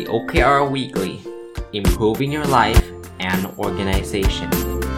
OKR Weekly Improving Your Life and Organization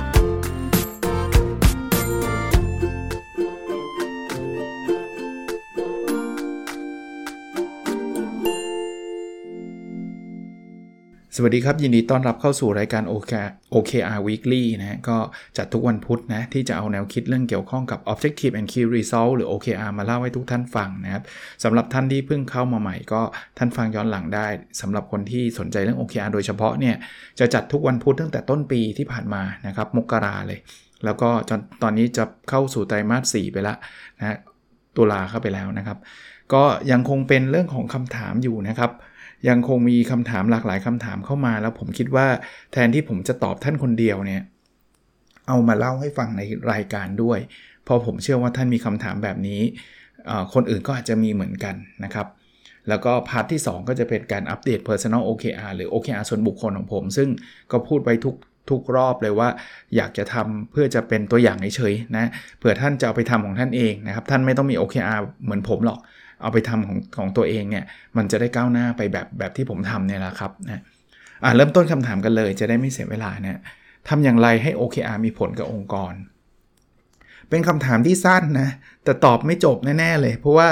สวัสดีครับยินดีต้อนรับเข้าสู่รายการ OKR Weekly นะก็จัดทุกวันพุธนะที่จะเอาแนวคิดเรื่องเกี่ยวข้องกับ Objective and Key Result หรือ OKR มาเล่าให้ทุกท่านฟังนะครับสำหรับท่านที่เพิ่งเข้ามาใหม่ก็ท่านฟังย้อนหลังได้สำหรับคนที่สนใจเรื่อง OKR โดยเฉพาะเนี่ยจะจัดทุกวันพุธตั้งแต่ต้นปีที่ผ่านมานะครับมกราเลยแล้วก็จนตอนนี้จะเข้าสู่ไตรมาส 4ไปแล้วนะตุลาเข้าไปแล้วนะครับก็ยังคงเป็นเรื่องของคำถามอยู่นะครับยังคงมีคำถามหลากหลายคำถามเข้ามาแล้วผมคิดว่าแทนที่ผมจะตอบท่านคนเดียวเนี่ยเอามาเล่าให้ฟังในรายการด้วยเพราะผมเชื่อว่าท่านมีคำถามแบบนี้คนอื่นก็อาจจะมีเหมือนกันนะครับแล้วก็พาร์ทที่2ก็จะเป็นการอัปเดต Personal OKR หรือ OKR ส่วนบุคคลของผมซึ่งก็พูดไปทุกรอบเลยว่าอยากจะทำเพื่อจะเป็นตัวอย่างเฉยๆนะเผื่อท่านจะเอาไปทำของท่านเองนะครับท่านไม่ต้องมี OKR เหมือนผมหรอกเอาไปทำของตัวเองเนี่ยมันจะได้ก้าวหน้าไปแบบที่ผมทำเนี่ยแหละครับนะเริ่มต้นคำถามกันเลยจะได้ไม่เสียเวลาเนี่ยทำอย่างไรให้ OKR มีผลกับองค์กรเป็นคำถามที่สั้นนะแต่ตอบไม่จบแน่ๆเลยเพราะว่า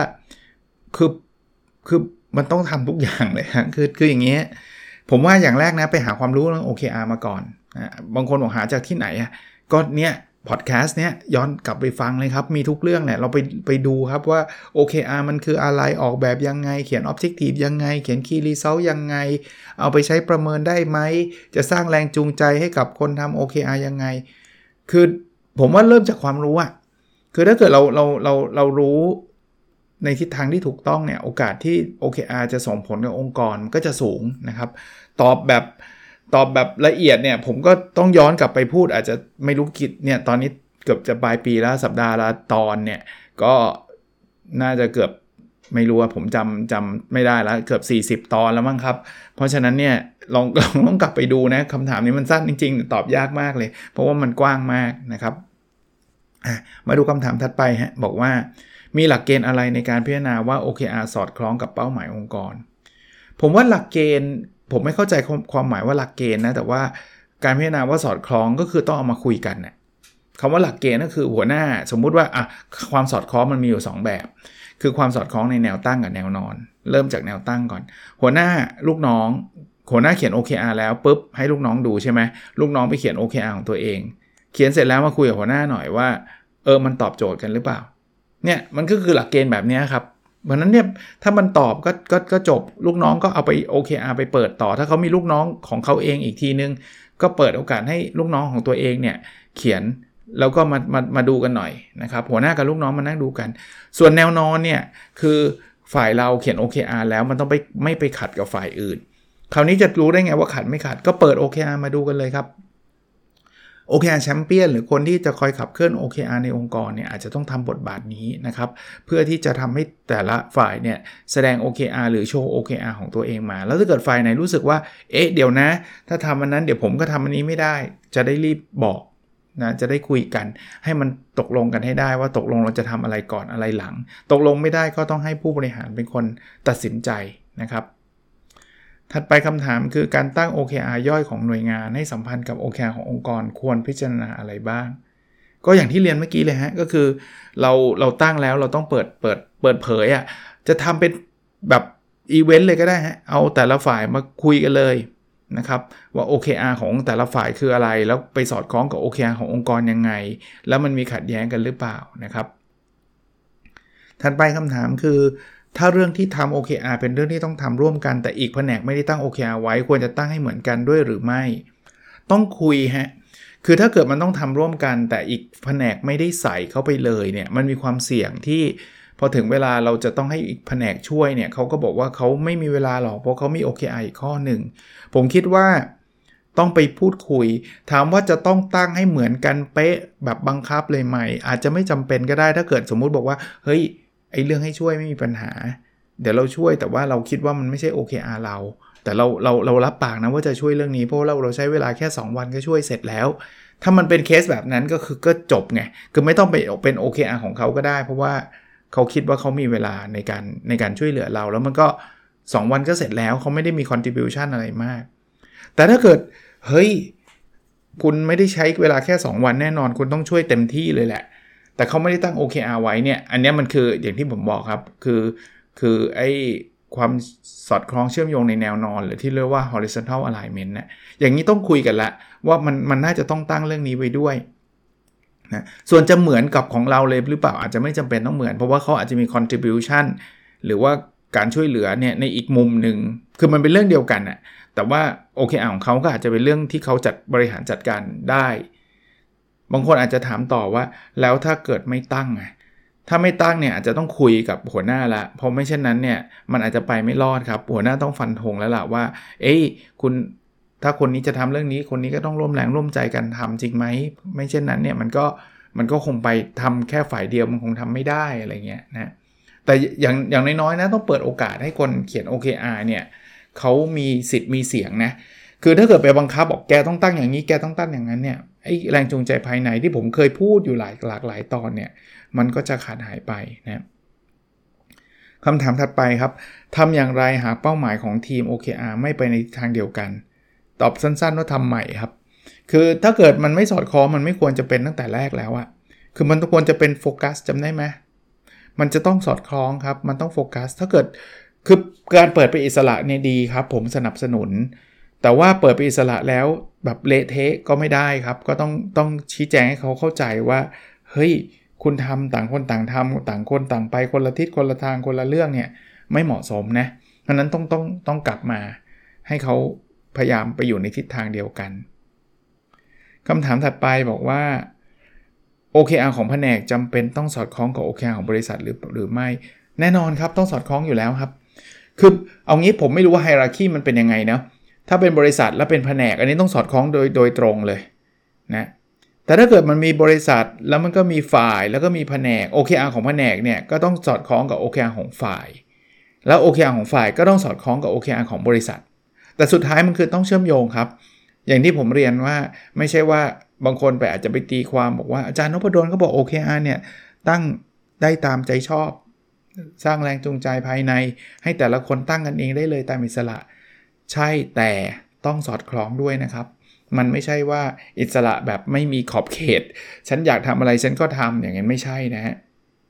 คือมันต้องทำทุกอย่างเลยฮะคืออย่างเงี้ยผมว่าอย่างแรกนะไปหาความรู้เรื่อง OKR มาก่อนนะบางคนบอกหาจากที่ไหนอ่ะก็เนี่ยพอดแคสต์เนี้ยย้อนกลับไปฟังเลยครับมีทุกเรื่องเนี่ยเราไปดูครับว่า OKR มันคืออะไรออกแบบยังไงเขียน Objective ยังไงเขียน Key Result ยังไงเอาไปใช้ประเมินได้ไหมจะสร้างแรงจูงใจให้กับคนทำ OKR ยังไงคือผมว่าเริ่มจากความรู้อะคือถ้าเกิดเรารู้ในทิศทางที่ถูกต้องเนี่ยโอกาสที่ OKR จะส่งผลกับองค์กรมันก็จะสูงนะครับตอบแบบละเอียดเนี่ยผมก็ต้องย้อนกลับไปพูดอาจจะไม่รู้กี่เนี่ยตอนนี้เกือบจะปลายปีแล้วสัปดาห์ละตอนเนี่ยก็น่าจะเกือบไม่รู้ว่าผมจำไม่ได้แล้วเกือบ40ตอนแล้วมั้งครับเพราะฉะนั้นเนี่ยลองกลับไปดูนะคำถามนี้มันสั้นจริงๆตอบยากมากเลยเพราะว่ามันกว้างมากนะครับมาดูคำถามถัดไปฮะบอกว่ามีหลักเกณฑ์อะไรในการพิจารณาว่า OKR สอดคล้องกับเป้าหมายองค์กรผมว่าหลักเกณฑ์ผมไม่เข้าใจความหมายว่าหลักเกณฑ์นะแต่ว่าการพิจารณาว่าสอดคล้องก็คือต้องเอามาคุยกันนะคำว่าหลักเกณฑ์ก็คือหัวหน้าสมมุติว่าความสอดคล้องมันมีอยู่2แบบคือความสอดคล้องในแนวตั้งกับแนวนอนเริ่มจากแนวตั้งก่อนหัวหน้าลูกน้องหัวหน้าเขียน OKR แล้วปุ๊บให้ลูกน้องดูใช่ไหมลูกน้องไปเขียน OKR ของตัวเองเขียนเสร็จแล้วมาคุยกับหัวหน้าหน่อยว่ามันตอบโจทย์กันหรือเปล่าเนี่ยมันก็คือหลักเกณฑ์แบบนี้ครับเพราะนั้นเนี่ยถ้ามันตอบก็จบลูกน้องก็เอาไป OKR ไปเปิดต่อถ้าเขามีลูกน้องของเขาเองอีกทีนึงก็เปิดโอกาสให้ลูกน้องของตัวเองเนี่ยเขียนแล้วก็มาดูกันหน่อยนะครับหัวหน้ากับลูกน้องมานั่งดูกันส่วนแนวนอนเนี่ยคือฝ่ายเราเขียน OKR แล้วมันต้องไม่ไปขัดกับฝ่ายอื่นคราวนี้จะรู้ได้ไงว่าขัดไม่ขัดก็เปิด OKR มาดูกันเลยครับOKR แชมเปี้ยนหรือคนที่จะคอยขับเคลื่อน OKR ในองค์กรเนี่ยอาจจะต้องทำบทบาทนี้นะครับเพื่อที่จะทำให้แต่ละฝ่ายเนี่ยแสดง OKR หรือโชว์ OKR ของตัวเองมาแล้วถ้าเกิดฝ่ายไหนรู้สึกว่าเดี๋ยวนะถ้าทำอันนั้นเดี๋ยวผมก็ทำอันนี้ไม่ได้จะได้รีบบอกนะจะได้คุยกันให้มันตกลงกันให้ได้ว่าตกลงเราจะทำอะไรก่อนอะไรหลังตกลงไม่ได้ก็ต้องให้ผู้บริหารเป็นคนตัดสินใจนะครับถัดไปคำถามคือการตั้ง OKR ย่อยของหน่วยงานให้สัมพันธ์กับ OKR ขององค์กรควรพิจารณาอะไรบ้างก็อย่างที่เรียนเมื่อกี้เลยฮะก็คือเราตั้งแล้วเราต้องเปิดเผยจะทำเป็นแบบอีเวนต์เลยก็ได้ฮะเอาแต่ละฝ่ายมาคุยกันเลยนะครับว่า OKR ของแต่ละฝ่ายคืออะไรแล้วไปสอดคล้องกับ OKR ขององค์กรยังไงแล้วมันมีขัดแย้งกันหรือเปล่านะครับถัดไปคำถามคือถ้าเรื่องที่ทำ OKR เป็นเรื่องที่ต้องทำร่วมกันแต่อีกแผนกไม่ได้ตั้ง OKR ไว้ควรจะตั้งให้เหมือนกันด้วยหรือไม่ต้องคุยฮะคือถ้าเกิดมันต้องทำร่วมกันแต่อีกแผนกไม่ได้ใส่เข้าไปเลยเนี่ยมันมีความเสี่ยงที่พอถึงเวลาเราจะต้องให้อีกแผนกช่วยเนี่ยเขาก็บอกว่าเขาไม่มีเวลาหรอกเพราะเขามี OKR อีกข้อหนึ่งผมคิดว่าต้องไปพูดคุยถามว่าจะต้องตั้งให้เหมือนกันเป๊ะแบบบังคับเลยไหมอาจจะไม่จำเป็นก็ได้ถ้าเกิดสมมุติบอกว่าเฮ้ยไอ้เรื่องให้ช่วยไม่มีปัญหาเดี๋ยวเราช่วยแต่ว่าเราคิดว่ามันไม่ใช่ OKR เราแต่เรารับปากนะว่าจะช่วยเรื่องนี้เพราะเราใช้เวลาแค่2วันก็ช่วยเสร็จแล้วถ้ามันเป็นเคสแบบนั้นก็จบไงคือไม่ต้องเป็น OKR ของเขาก็ได้เพราะว่าเขาคิดว่าเขามีเวลาในการช่วยเหลือเราแล้วมันก็ 2 วันก็เสร็จแล้วเขาไม่ได้มี contribution อะไรมากแต่ถ้าเกิดเฮ้ยคุณไม่ได้ใช้เวลาแค่2วันแน่นอนคุณต้องช่วยเต็มที่เลยแหละแต่เขาไม่ได้ตั้ง OKR ไว้เนี่ยอันนี้มันคืออย่างที่ผมบอกครับคือไอ้ความสอดคล้องเชื่อมโยงในแนวนอนหรือที่เรียกว่า horizontal alignment นะอย่างนี้ต้องคุยกันละว่ามันน่าจะต้องตั้งเรื่องนี้ไว้ด้วยนะส่วนจะเหมือนกับของเราเลยหรือเปล่าอาจจะไม่จำเป็นต้องเหมือนเพราะว่าเขาอาจจะมี contribution หรือว่าการช่วยเหลือเนี่ยในอีกมุมหนึ่งคือมันเป็นเรื่องเดียวกันน่ะแต่ว่า OKR ของเขาก็อาจจะเป็นเรื่องที่เขาจัดบริหารจัดการได้บางคนอาจจะถามต่อว่าแล้วถ้าเกิดไม่ตั้งถ้าไม่ตั้งเนี่ยอาจจะต้องคุยกับหัวหน้าละเพราะไม่เช่นนั้นเนี่ยมันอาจจะไปไม่รอดครับหัวหน้าต้องฟันธงแล้วล่ะว่าคุณถ้าคนนี้จะทำเรื่องนี้คนนี้ก็ต้องร่วมแรงร่วมใจกันทำจริงไหมไม่เช่นนั้นเนี่ยมันก็คงไปทำแค่ฝ่ายเดียวมันคงทำไม่ได้อะไรเงี้ยนะแต่อย่างน้อยๆนะต้องเปิดโอกาสให้คนเขียน OKR เนี่ยเขามีสิทธิ์มีเสียงนะคือถ้าเกิดไปบังคับบอกแกต้องตั้งอย่างนี้แกต้องตั้งอย่างนั้นเนี่ยไอ้แรงจูงใจภายในที่ผมเคยพูดอยู่หลากหลายตอนเนี่ยมันก็จะขาดหายไปนะคำถามถัดไปครับทำอย่างไรหากเป้าหมายของทีม OKR ไม่ไปในทางเดียวกันตอบสั้นๆว่าทำใหม่ครับคือถ้าเกิดมันไม่สอดคล้องมันไม่ควรจะเป็นตั้งแต่แรกแล้วอะคือมันควรจะเป็นโฟกัสจำได้ไหมมันจะต้องสอดคล้องครับมันต้องโฟกัสถ้าเกิดคือการเปิดไปอิสระเนี่ยดีครับผมสนับสนุนแต่ว่าเปิดไปอิสระแล้วแบบเละเทะก็ไม่ได้ครับก็ต้องชี้แจงให้เขาเข้าใจว่าเฮ้ยคุณทำต่างคนต่างทำต่างคนต่างไปคนละทิศคนละทางคนละเรื่องเนี่ยไม่เหมาะสมนะเพราะนั้นต้องกลับมาให้เขาพยายามไปอยู่ในทิศทางเดียวกันคำถามถัดไปบอกว่า OKR ของแผนกจำเป็นต้องสอดคล้องกับ OKR ของบริษัทหรือไม่แน่นอนครับต้องสอดคล้องอยู่แล้วครับคือเอางี้ผมไม่รู้ว่าไฮราคีมันเป็นยังไงนะถ้าเป็นบริษัทและเป็นแผนกอันนี้ต้องสอดคล้องโดยตรงเลยนะแต่ถ้าเกิดมันมีบริษัทแล้วมันก็มีฝ่ายแล้วก็มีแผนก OKR ของแผนกเนี่ยก็ต้องสอดคล้องกับ OKR ของฝ่ายแล้ว OKR ของฝ่ายก็ต้องสอดคล้องกับ OKR ของบริษัทแต่สุดท้ายมันคือต้องเชื่อมโยงครับอย่างที่ผมเรียนว่าไม่ใช่ว่าบางคนไปอาจจะไปตีความบอกว่าอาจารย์นพดลก็บอก OKR เนี่ยตั้งได้ตามใจชอบสร้างแรงจูงใจภายในให้แต่ละคนตั้งกันเองได้เลยตามอิสระใช่แต่ต้องสอดคล้องด้วยนะครับมันไม่ใช่ว่าอิสระแบบไม่มีขอบเขตฉันอยากทำอะไรฉันก็ทำอย่างนั้นไม่ใช่นะฮะ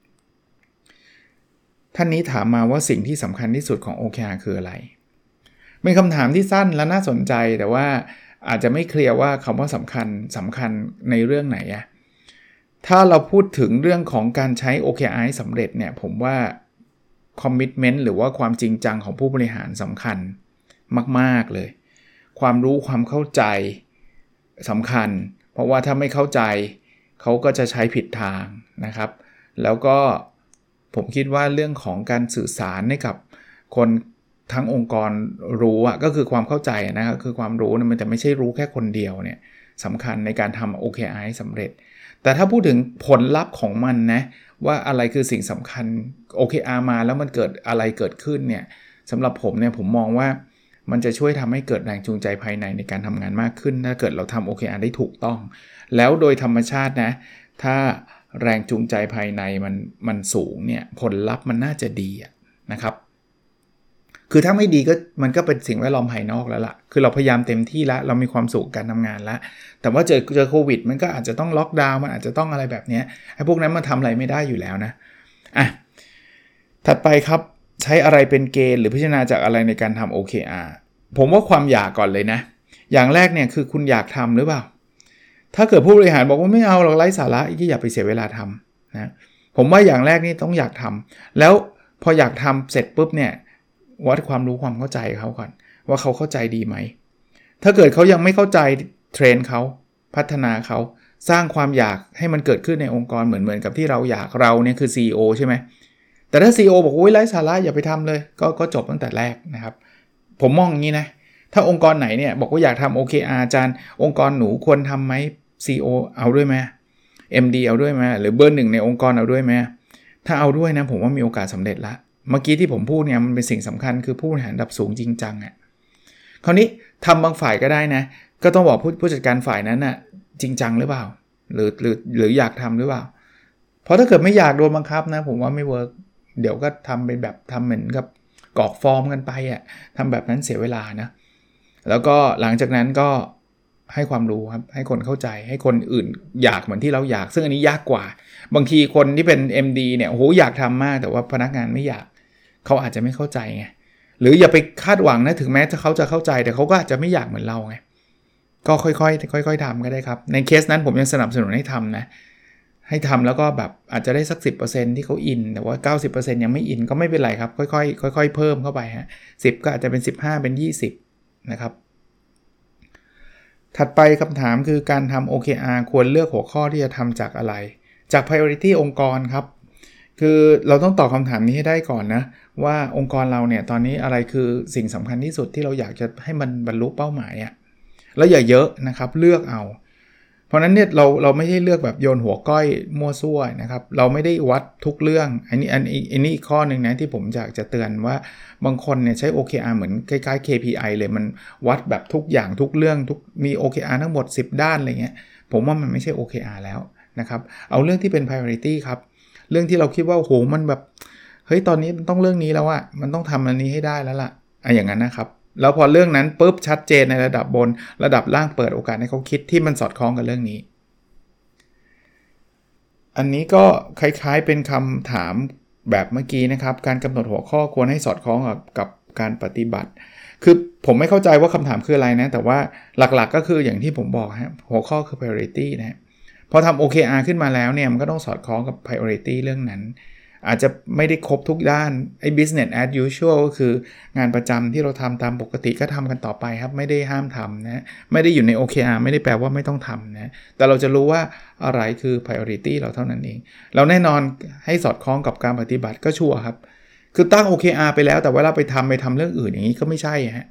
ท่านนี้ถามมาว่าสิ่งที่สำคัญที่สุดของ OKR คืออะไรเป็นคำถามที่สั้นและน่าสนใจแต่ว่าอาจจะไม่เคลียร์ว่าคำว่าสำคัญในเรื่องไหนอะถ้าเราพูดถึงเรื่องของการใช้ OKR สำเร็จเนี่ยผมว่า commitment หรือว่าความจริงจังของผู้บริหารสำคัญมากๆเลยความรู้ความเข้าใจสำคัญเพราะว่าถ้าไม่เข้าใจเขาก็จะใช้ผิดทางนะครับแล้วก็ผมคิดว่าเรื่องของการสื่อสารให้กับคนทั้งองค์กรรู้อ่ะก็คือความเข้าใจนะครับคือความรู้นะมันแต่ไม่ใช่รู้แค่คนเดียวเนี่ยสำคัญในการทำ OKR สำเร็จแต่ถ้าพูดถึงผลลัพธ์ของมันนะว่าอะไรคือสิ่งสำคัญ OKR มาแล้วมันเกิดอะไรเกิดขึ้นเนี่ยสำหรับผมเนี่ยผมมองว่ามันจะช่วยทำให้เกิดแรงจูงใจภายในการทำงานมากขึ้นถ้าเกิดเราทำ OKR ได้ถูกต้องแล้วโดยธรรมชาตินะถ้าแรงจูงใจภายในมันสูงเนี่ยผลลัพธ์มันน่าจะดีนะครับคือถ้าไม่ดีก็มันก็เป็นสิ่งแวดล้อมภายนอกแล้วล่ะคือเราพยายามเต็มที่แล้วเรามีความสุขการทำงานแล้วแต่ว่าเจอโควิดมันก็อาจจะต้องล็อกดาวน์มันอาจจะต้องอะไรแบบนี้ไอ้พวกนั้นมันทำอะไรไม่ได้อยู่แล้วนะถัดไปครับใช้อะไรเป็นเกณฑ์หรือพิจารณาจากอะไรในการทำ OKR ผมว่าความอยากก่อนเลยนะอย่างแรกเนี่ยคือคุณอยากทำหรือเปล่าถ้าเกิดผู้บริหารบอกว่าไม่เอาหรอกไร้สาระที่อย่าไปเสียเวลาทำนะผมว่าอย่างแรกนี่ต้องอยากทำแล้วพออยากทำเสร็จปุ๊บเนี่ยวัดความรู้ความเข้าใจเขาก่อนว่าเขาเข้าใจดีไหมถ้าเกิดเขายังไม่เข้าใจเทรนเขาพัฒนาเขาสร้างความอยากให้มันเกิดขึ้นในองค์กรเหมือนกับที่เราอยากเราเนี่ยคือ CEO ใช่ไหมแต่ถ้า CEO บอกโอ้ยไร้สาระอย่าไปทำเลยก็จบตั้งแต่แรกนะครับผมมองอย่างนี้นะถ้าองค์กรไหนเนี่ยบอกว่าอยากทำ OKR อาจารย์องค์กรหนูควรทำไหม CEO เอาด้วยไหม MD เอาด้วยไหมหรือเบอร์1ในองค์กรเอาด้วยไหมถ้าเอาด้วยนะผมว่ามีโอกาสสำเร็จละเมื่อกี้ที่ผมพูดเนี่ยมันเป็นสิ่งสำคัญคือผู้บริหารระดับสูงจริงจังคราวนี้ทำบางฝ่ายก็ได้นะก็ต้องบอกผู้จัดการฝ่ายนั้นจริงจังหรือเปล่าหรืออยากทำหรือเปล่าเพราะถ้าเกิดไม่อยากโดนบังคับนะผมว่าไม่เวิร์กเดี๋ยวก็ทำไปแบบทำเหมือนกับกรอกฟอร์มกันไปทำแบบนั้นเสียเวลานะแล้วก็หลังจากนั้นก็ให้ความรู้ครับให้คนเข้าใจให้คนอื่นอยากเหมือนที่เราอยากซึ่งอันนี้ยากกว่าบางทีคนที่เป็น MD เนี่ยโอ้โหอยากทำมากแต่ว่าพนักงานไม่อยากเขาอาจจะไม่เข้าใจไงหรืออย่าไปคาดหวังนะถึงแม้เขาจะเข้าใจแต่เขาก็อาจจะไม่อยากเหมือนเราไงก็ค่อยๆทำก็ได้ครับในเคสนั้นผมยังสนับสนุนให้ทำนะให้ทำแล้วก็แบบอาจจะได้สัก 10% ที่เขาอินแต่ว่า 90% ยังไม่อินก็ไม่เป็นไรครับค่อยๆเพิ่มเข้าไปฮะ10ก็อาจจะเป็น15เป็น20นะครับถัดไปคำถามคือการทำ OKR ควรเลือกหัวข้อที่จะทำจากอะไรจาก priority องค์กรครับคือเราต้องตอบคำถามนี้ให้ได้ก่อนนะว่าองค์กรเราเนี่ยตอนนี้อะไรคือสิ่งสำคัญที่สุดที่เราอยากจะให้มันบรรลุเป้าหมายแล้วอย่าเยอะนะครับเลือกเอาเพราะนั้นเนี่ยเราไม่ได้เลือกแบบโยนหัวก้อยมั่วซั่วนะครับเราไม่ได้วัดทุกเรื่องอันนี้อีกข้อนึงนะที่ผมอยากจะเตือนว่าบางคนเนี่ยใช้ OKR เหมือนคล้ายๆ KPI เลยมันวัดแบบทุกอย่างทุกเรื่องมี OKR ทั้งหมด10ด้านอะไรเงี้ยผมว่ามันไม่ใช่ OKR แล้วนะครับเอาเรื่องที่เป็น priority ครับเรื่องที่เราคิดว่าโหมันแบบเฮ้ยตอนนี้มันต้องเรื่องนี้แล้วมันต้องทำอันนี้ให้ได้แล้วล่ะอย่างนั้นนะครับแล้วพอเรื่องนั้นปุ๊บชัดเจนในระดับบนระดับล่างเปิดโอกาสให้เขาคิดที่มันสอดคล้องกับเรื่องนี้อันนี้ก็คล้ายๆเป็นคำถามแบบเมื่อกี้นะครับการกำหนดหัวข้อควรให้สอดคล้องกับการปฏิบัติคือผมไม่เข้าใจว่าคำถามคืออะไรนะแต่ว่าหลักๆก็คืออย่างที่ผมบอกฮะหัวข้อคือ priority นะพอทำ OKR ขึ้นมาแล้วเนี่ยมันก็ต้องสอดคล้องกับ priority เรื่องนั้นอาจจะไม่ได้ครบทุกด้านbusiness as usual ก็คืองานประจำที่เราทำตามปกติก็ทำกันต่อไปครับไม่ได้ห้ามทำนะไม่ได้อยู่ใน OKR ไม่ได้แปลว่าไม่ต้องทำนะแต่เราจะรู้ว่าอะไรคือ priority เราเท่านั้นเองเราแน่นอนให้สอดคล้องกับการปฏิบัติก็ชัวร์ครับคือตั้ง OKR ไปแล้วแต่ว่าเราไปทำเรื่องอื่นอย่างนี้ก็ไม่ใช่ฮะ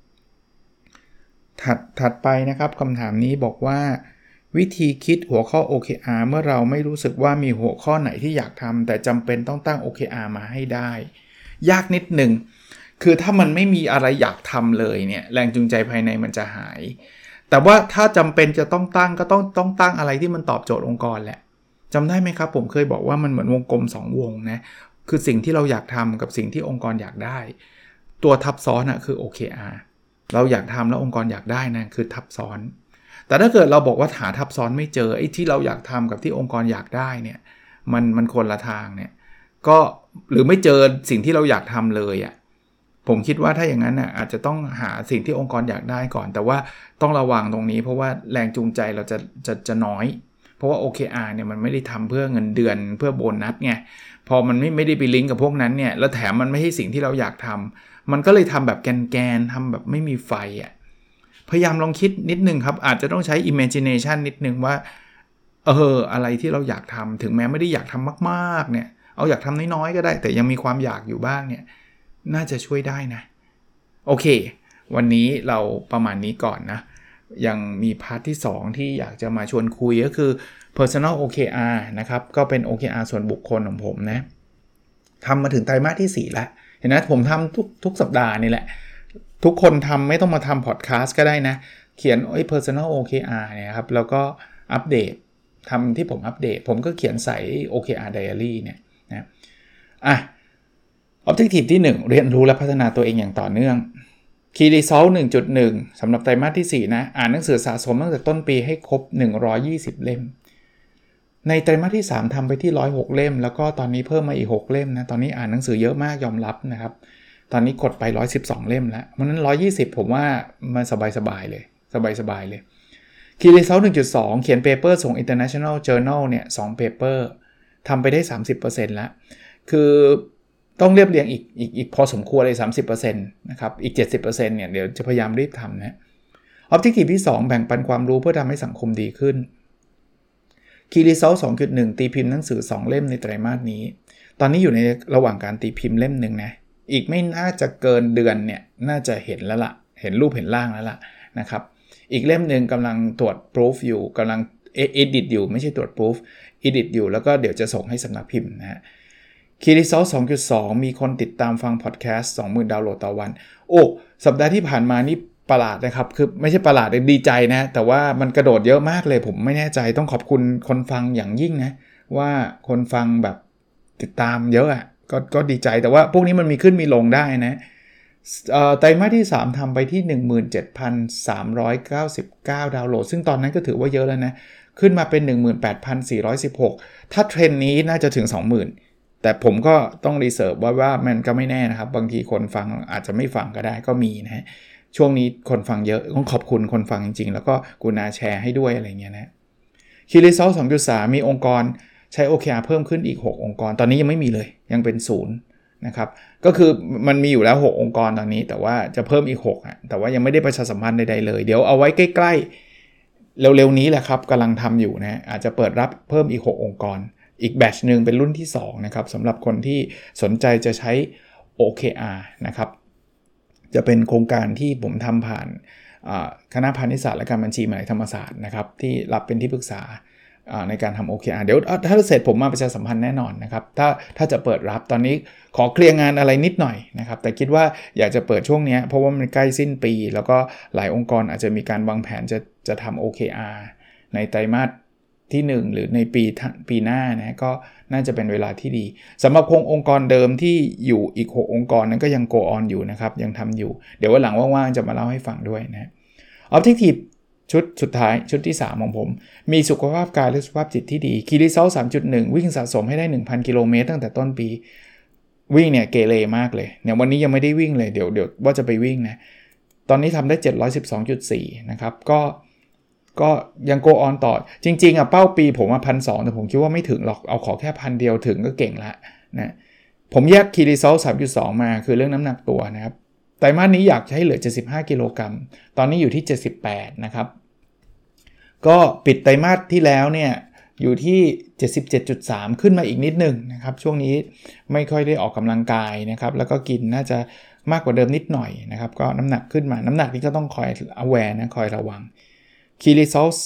ถัดไปนะครับคำถามนี้บอกว่าวิธีคิดหัวข้อ OKR เมื่อเราไม่รู้สึกว่ามีหัวข้อไหนที่อยากทำแต่จำเป็นต้องตั้ง OKR มาให้ได้ยากนิดหนึ่งคือถ้ามันไม่มีอะไรอยากทำเลยเนี่ยแรงจูงใจภายในมันจะหายแต่ว่าถ้าจำเป็นจะต้องตั้งก็ต้องตั้งอะไรที่มันตอบโจทย์องค์กรแหละจำได้ไหมครับผมเคยบอกว่ามันเหมือนวงกลม2วงนะคือสิ่งที่เราอยากทำกับสิ่งที่องค์กรอยากได้ตัวทับซ้อนคือ OKR เราอยากทำแล้วองค์กรอยากได้นะคือทับซ้อนแต่ถ้าเกิดเราบอกว่าหาทับซ้อนไม่เจอไอ้ที่เราอยากทำกับที่องค์กรอยากได้เนี่ยมันคนละทางเนี่ยก็หรือไม่เจอสิ่งที่เราอยากทำเลยผมคิดว่าถ้าอย่างนั้นอาจจะต้องหาสิ่งที่องค์กรอยากได้ก่อนแต่ว่าต้องระวังตรงนี้เพราะว่าแรงจูงใจเราจะน้อยเพราะว่า OKR เนี่ยมันไม่ได้ทำเพื่อเงินเดือนเพื่อโบนัสไงพอมันไม่ได้ไปลิงก์กับพวกนั้นเนี่ยแล้วแถมมันไม่ใช่สิ่งที่เราอยากทำมันก็เลยทำแบบแกนทำแบบไม่มีไฟพยายามลองคิดนิดนึงครับอาจจะต้องใช้ imagination นิดนึงว่าอะไรที่เราอยากทำถึงแม้ไม่ได้อยากทำมากๆเนี่ยเอาอยากทำน้อยๆก็ได้แต่ยังมีความอยากอยู่บ้างเนี่ยน่าจะช่วยได้นะโอเควันนี้เราประมาณนี้ก่อนนะยังมีพาร์ทที่2ที่อยากจะมาชวนคุยก็คือ personal OKR นะครับก็เป็น OKR ส่วนบุคคลของผมนะทำมาถึงไตรมาสที่4แล้วเห็นไหมผมทำทุกสัปดาห์นี่แหละทุกคนทำไม่ต้องมาทำพอดแคสต์ก็ได้นะเขียนpersonal OKR เนี่ยครับแล้วก็อัปเดตทำที่ผมอัปเดตผมก็เขียนใส่ OKR Diary เนี่ยนะObjective ที่1เรียนรู้และพัฒนาตัวเองอย่างต่อเนื่อง Key Result 1.1 สำหรับไตรมาสที่4นะอ่านหนังสือสะสมตั้งแต่ต้นปีให้ครบ120เล่มในไตรมาสที่3ทำไปที่106เล่มแล้วก็ตอนนี้เพิ่มมาอีก6เล่มนะตอนนี้อ่านหนังสือเยอะมากยอมรับนะครับตอนนี้กดไป112เล่มแล้วเพราะนั้น120ผมว่ามันสบายๆเลยสบายๆเลย Key Result 1.2 เขียนเปเปอร์ส่ง International Journal เนี่ย2เปเปอร์ทำไปได้ 30% แล้วคือต้องเรียบเรียงอีกพอสมควรเลย 30% นะครับอีก 70% เนี่ยเดี๋ยวจะพยายามรีบทำนะ Objective ที่2แบ่งปันความรู้เพื่อทำให้สังคมดีขึ้น Key Result 2.1 ตีพิมพ์หนังสือ2เล่มในไตรมาสนี้ตอนนี้อยู่ในระหว่างการตีพิมพ์เล่มนึงนะอีกไม่น่าจะเกินเดือนเนี่ยน่าจะเห็นแล้วล่ะเห็นรูปเห็นร่างแล้วล่ะนะครับอีกเล่มนึงกำลังตรวจ proof อยู่กำลัง edit อยู่ไม่ใช่ตรวจ proof edit อยู่แล้วก็เดี๋ยวจะส่งให้สำนักพิมพ์นะฮะ Key Result 2.2 มีคนติดตามฟังพอดแคสต์ 20,000 ดาวน์โหลดต่อวันโอ้สัปดาห์ที่ผ่านมานี่ประหลาดนะครับคือไม่ใช่ประหลาดดีใจนะแต่ว่ามันกระโดดเยอะมากเลยผมไม่แน่ใจต้องขอบคุณคนฟังอย่างยิ่งนะว่าคนฟังแบบติดตามเยอะก็ดีใจแต่ว่าพวกนี้มันมีขึ้นมีลงได้นะไตรมาสที่3ทำไปที่ 17,399 ดาวน์โหลดซึ่งตอนนั้นก็ถือว่าเยอะแล้วนะขึ้นมาเป็น 18,416 ถ้าเทรนด์นี้น่าจะถึง 20,000 แต่ผมก็ต้องรีเสิร์ฟว่ามันก็ไม่แน่นะครับบางทีคนฟังอาจจะไม่ฟังก็ได้ก็มีนะฮะช่วงนี้คนฟังเยอะต้องขอบคุณคนฟังจริงๆแล้วก็กรุณาแชร์ให้ด้วยอะไรเงี้ยนะคีรีเซล 2.3 มีองค์กรใช้ OKR เพิ่มขึ้นอีก6องค์กรตอนนี้ยังไม่มีเลยยังเป็น0นะครับก็คือมันมีอยู่แล้ว6องค์กรตอนนี้แต่ว่าจะเพิ่มอีก6แต่ว่ายังไม่ได้ประชาสัมพันธ์ใดๆเลยเดี๋ยวเอาไว้ใกล้ๆเร็วๆนี้แหละครับกำลังทำอยู่นะอาจจะเปิดรับเพิ่มอีก6องค์กรอีกแบตช์นึงเป็นรุ่นที่2นะครับสำหรับคนที่สนใจจะใช้ OKR นะครับจะเป็นโครงการที่ผมทำผ่านคณะพาณิชยศาสตร์และการบัญชีมหาวิทยาลัยธรรมศาสตร์นะครับที่รับเป็นที่ปรึกษาในการทำ OKR เดี๋ยวถ้าเสร็จผมมาประชาสัมพันธ์แน่นอนนะครับถ้าจะเปิดรับตอนนี้ขอเคลียร์งานอะไรนิดหน่อยนะครับแต่คิดว่าอยากจะเปิดช่วงนี้เพราะว่ามันใกล้สิ้นปีแล้วก็หลายองค์กรอาจจะมีการวางแผนจะทำ OKR ในไตรมาสที่1หรือในปีหน้านะก็น่าจะเป็นเวลาที่ดีสำหรับองค์กรเดิมที่อยู่อีก6องค์กรนั้นก็ยัง go on อยู่นะครับยังทำอยู่เดี๋ยววันหลังว่างๆจะมาเล่าให้ฟังด้วยนะ Objective ชุดสุดท้ายชุดที่3ของผมมีสุขภาพกายและสุขภาพจิตที่ดี Key Result 3.1 วิ่งสะสมให้ได้ 1,000 กิโลเมตรตั้งแต่ต้นปีวิ่งเนี่ยเกเรมากเลยเนี่ยวันนี้ยังไม่ได้วิ่งเลยเดี๋ยวว่าจะไปวิ่งนะตอนนี้ทำได้ 712.4 นะครับก็ยัง go on ต่อจริงๆเป้าปีผมว่า 1,200 แต่ผมคิดว่าไม่ถึงหรอกเอาขอแค่ 1,000 เดียวถึงก็เก่งละนะผมแยก Key Result 3.2 มาคือเรื่องน้ำหนักตัวนะครับไตรมาสนี้อยากให้เหลือ75กิโลกรัมตอนนี้อยู่ที่78นะครับก็ปิดไตรมาสที่แล้วเนี่ยอยู่ที่ 77.3 ขึ้นมาอีกนิดนึงนะครับช่วงนี้ไม่ค่อยได้ออกกำลังกายนะครับแล้วก็กินน่าจะมากกว่าเดิมนิดหน่อยนะครับก็น้ำหนักขึ้นมาน้ำหนักนี้ก็ต้องคอย aware นะคอยระวัง Key Results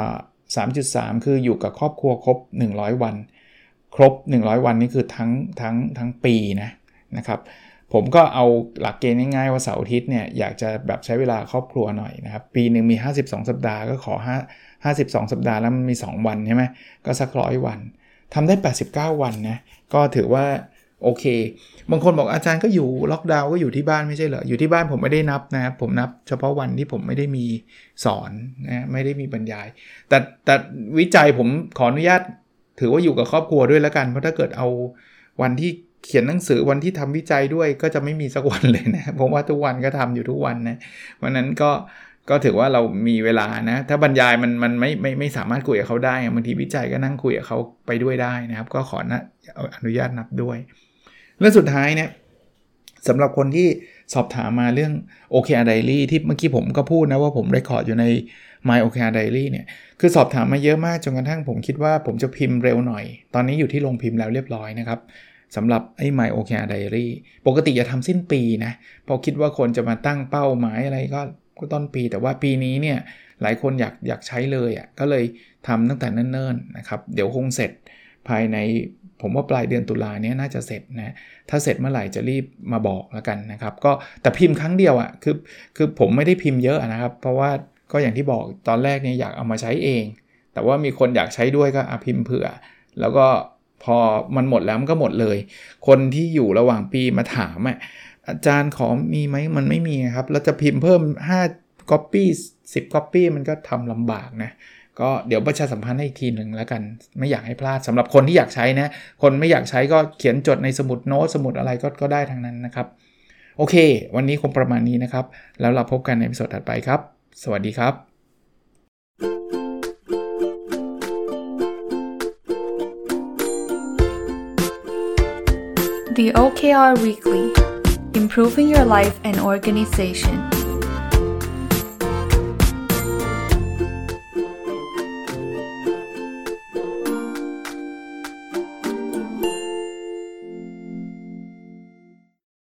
3.3 คืออยู่กับครอบครัวครบ100วันครบ100วันนี่คือทั้งปีนะครับผมก็เอาหลักเกณฑ์ง่ายๆว่าเสาร์อาทิตย์เนี่ยอยากจะแบบใช้เวลาครอบครัวหน่อยนะครับปีนึงมี52สัปดาห์ก็ขอ52สัปดาห์แล้วมันมี2วันใช่ไหมก็สัก100วันทำได้89วันนะก็ถือว่าโอเคบางคนบอกอาจารย์ก็อยู่ล็อกดาวน์ก็อยู่ที่บ้านไม่ใช่เหรออยู่ที่บ้านผมไม่ได้นับนะครับผมนับเฉพาะวันที่ผมไม่ได้มีสอนนะไม่ได้มีบรรยายแต่วิจัยผมขออนุญาตถือว่าอยู่กับครอบครัวด้วยแล้วกันเพราะถ้าเกิดเอาวันที่เขียนหนังสือวันที่ทำวิจัยด้วยก็จะไม่มีสักวันเลยนะผมว่าทุกวันก็ทำอยู่ทุกวันนะวันนั้นก็ถือว่าเรามีเวลานะถ้าบรรยายมันไม่สามารถคุยกับเขาได้บางทีวิจัยก็นั่งคุยกับเขาไปด้วยได้นะครับก็ขออนุญาตนับด้วยเรื่องสุดท้ายเนี่ยสำหรับคนที่สอบถามมาเรื่อง OKR Diary ที่เมื่อกี้ผมก็พูดนะว่าผมเรคคอร์ดอยู่ใน My OKR Diary เนี่ยคือสอบถามมาเยอะมากจนกระทั่งผมคิดว่าผมจะพิมพ์เร็วหน่อยตอนนี้อยู่ที่โรงพิมพ์แล้วเรียบร้อยนะครับสำหรับไอ้ My OKR Diary ปกติจะทำสิ้นปีนะเพราะคิดว่าคนจะมาตั้งเป้าหมายอะไรก็ต้นปีแต่ว่าปีนี้เนี่ยหลายคนอยากใช้เลยก็เลยทำตั้งแต่เนิ่นๆนะครับเดี๋ยวคงเสร็จภายในผมว่าปลายเดือนตุลาเนี่ยน่าจะเสร็จนะถ้าเสร็จเมื่อไหร่จะรีบมาบอกแล้วกันนะครับก็แต่พิมพ์ครั้งเดียวคือผมไม่ได้พิมพ์เยอะนะครับเพราะว่าก็อย่างที่บอกตอนแรกเนี่ยอยากเอามาใช้เองแต่ว่ามีคนอยากใช้ด้วยก็พิมพ์เผื่อแล้วก็พอมันหมดแล้วมันก็หมดเลยคนที่อยู่ระหว่างปีมาถามอาจารย์ขอมีไหมมันไม่มีครับแล้วจะพิมพ์เพิ่ม5 copy 10 copy มันก็ทำลำบากนะก็เดี๋ยวประชาสัมพันธ์ให้อีกทีนึงแล้วกันไม่อยากให้พลาดสำหรับคนที่อยากใช้นะคนไม่อยากใช้ก็เขียนจดในสมุดโน้ตสมุดอะไรก็ได้ทั้งนั้นนะครับโอเควันนี้คงประมาณนี้นะครับแล้วเราพบกันในตอนถัดไปครับสวัสดีครับ The OKR Weekly Improving Your Life and Organization